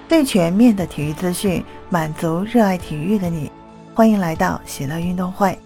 最全面的体育资讯，满足热爱体育的你。欢迎来到喜乐运动会。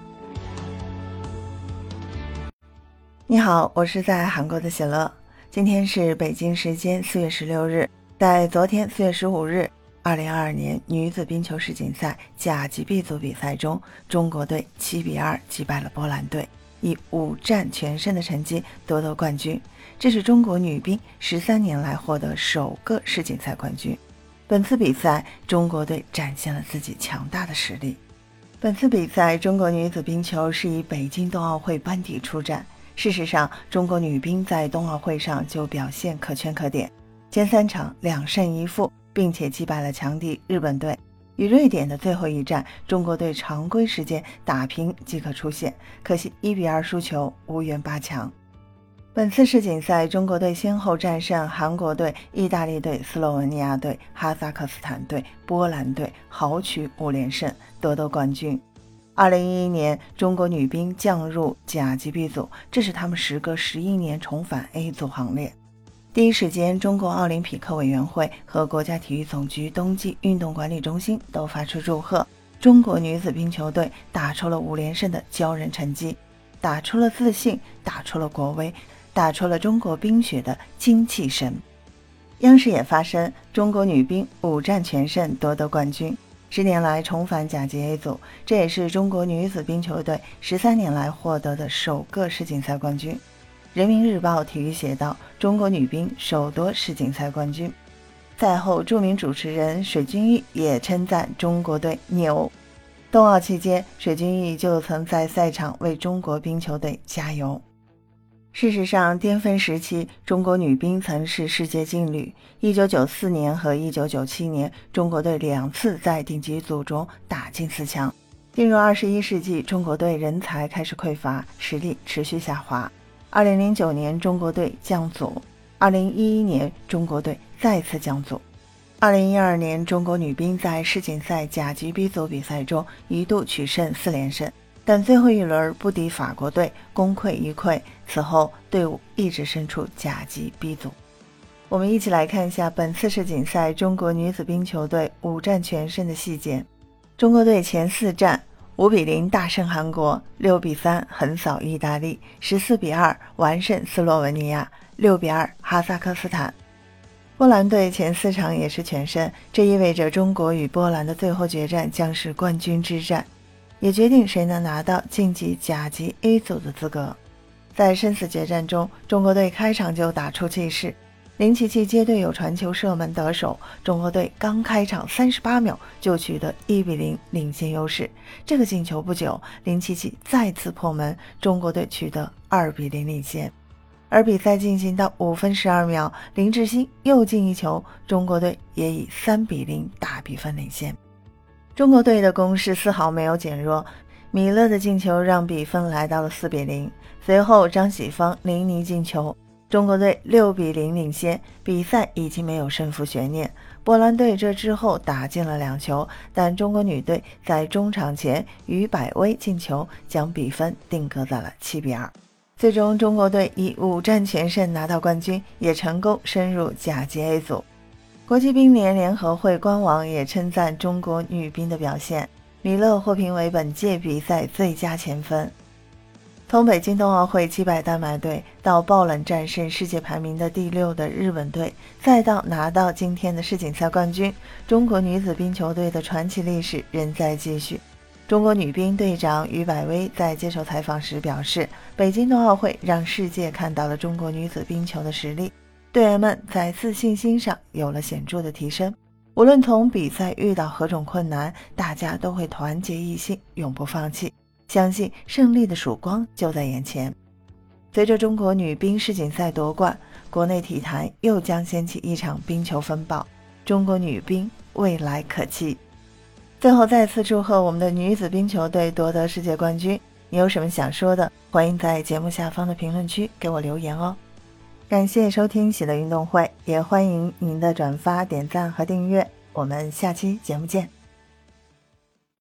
你好，我是在韩国的喜乐。今天是北京时间4月16日，在昨天4月15日2022年女子冰球世锦赛甲级 B 组比赛中，中国队7比2击败了波兰队，以5战全胜的成绩夺得冠军。这是中国女兵13年来获得首个世锦赛冠军。本次比赛，中国队展现了自己强大的实力。本次比赛，中国女子冰球是以北京冬奥会班底出战。事实上，中国女兵在冬奥会上就表现可圈可点，前3场2胜1负，并且击败了强敌日本队。与瑞典的最后一战，中国队常规时间打平即可出线，可惜1比2输球，无缘8强。本次世锦赛，中国队先后战胜韩国队、意大利队、斯洛文尼亚队、哈萨克斯坦队、波兰队，豪取5连胜，夺得冠军。2011年，中国女兵降入甲级 B 组，这是他们时隔11年重返 A 组行列。第一时间，中国奥林匹克委员会和国家体育总局冬季运动管理中心都发出祝贺，中国女子冰球队打出了5连胜的骄人成绩，打出了自信，打出了国威，打出了中国冰雪的精气神。央视也发声，中国女兵5战全胜夺得冠军，10年来重返甲级 A 组，这也是中国女子冰球队13年来获得的首个世锦赛冠军。人民日报体育写道，中国女兵首夺世锦赛冠军。赛后，著名主持人水均益也称赞中国队牛。冬奥期间，水均益就曾在赛场为中国冰球队加油。事实上，巅峰时期，中国女兵曾是世界劲旅。1994年和1997年，中国队2次在顶级组中打进4强。进入21世纪，中国队人才开始匮乏，实力持续下滑。2009年，中国队降组；2011年，中国队再次降组。2012年，中国女兵在世锦赛甲级 B 组比赛中一度取胜4连胜。但最后一轮不敌法国队，功亏一篑，此后队伍一直身处甲级 B 组。我们一起来看一下本次世锦赛中国女子冰球队5战全胜的细节。中国队前4战5比0大胜韩国，6比3横扫意大利，14比2完胜斯洛文尼亚，6比2哈萨克斯坦。波兰队前4场也是全胜，这意味着中国与波兰的最后决战将是冠军之战，也决定谁能拿到晋级甲级 A 组的资格。在生死决战中，中国队开场就打出气势，林琪琪接队友传球射门得手，中国队刚开场38秒就取得1比0领先优势。这个进球不久，林琪琪再次破门，中国队取得2比0领先。而比赛进行到5分12秒，林志鑫又进一球，中国队也以3比0大比分领先。中国队的攻势丝毫没有减弱，米勒的进球让比分来到了4比0。随后张喜芳、林妮进球，中国队6比0领先，比赛已经没有胜负悬念。波兰队这之后打进了2球，但中国女队在中场前于百威进球，将比分定格在了7比2。最终中国队以5战全胜拿到冠军，也成功升入甲级 A 组。国际乒联联合会官网也称赞中国女兵的表现，米勒获评为本届比赛最佳前锋。从北京冬奥会击败丹麦队，到爆冷战胜世界排名的第6的日本队，再到拿到今天的世锦赛冠军，中国女子冰球队的传奇历史仍在继续。中国女兵队长于百威在接受采访时表示，北京冬奥会让世界看到了中国女子冰球的实力，队员们在自信心上有了显著的提升。无论从比赛遇到何种困难，大家都会团结一心，永不放弃，相信胜利的曙光就在眼前。随着中国女兵世锦赛夺冠，国内体坛又将掀起一场冰球风暴，中国女兵未来可期。最后再次祝贺我们的女子冰球队夺得世界冠军，你有什么想说的，欢迎在节目下方的评论区给我留言哦。感谢收听喜乐运动会，也欢迎您的转发、点赞和订阅，我们下期节目见。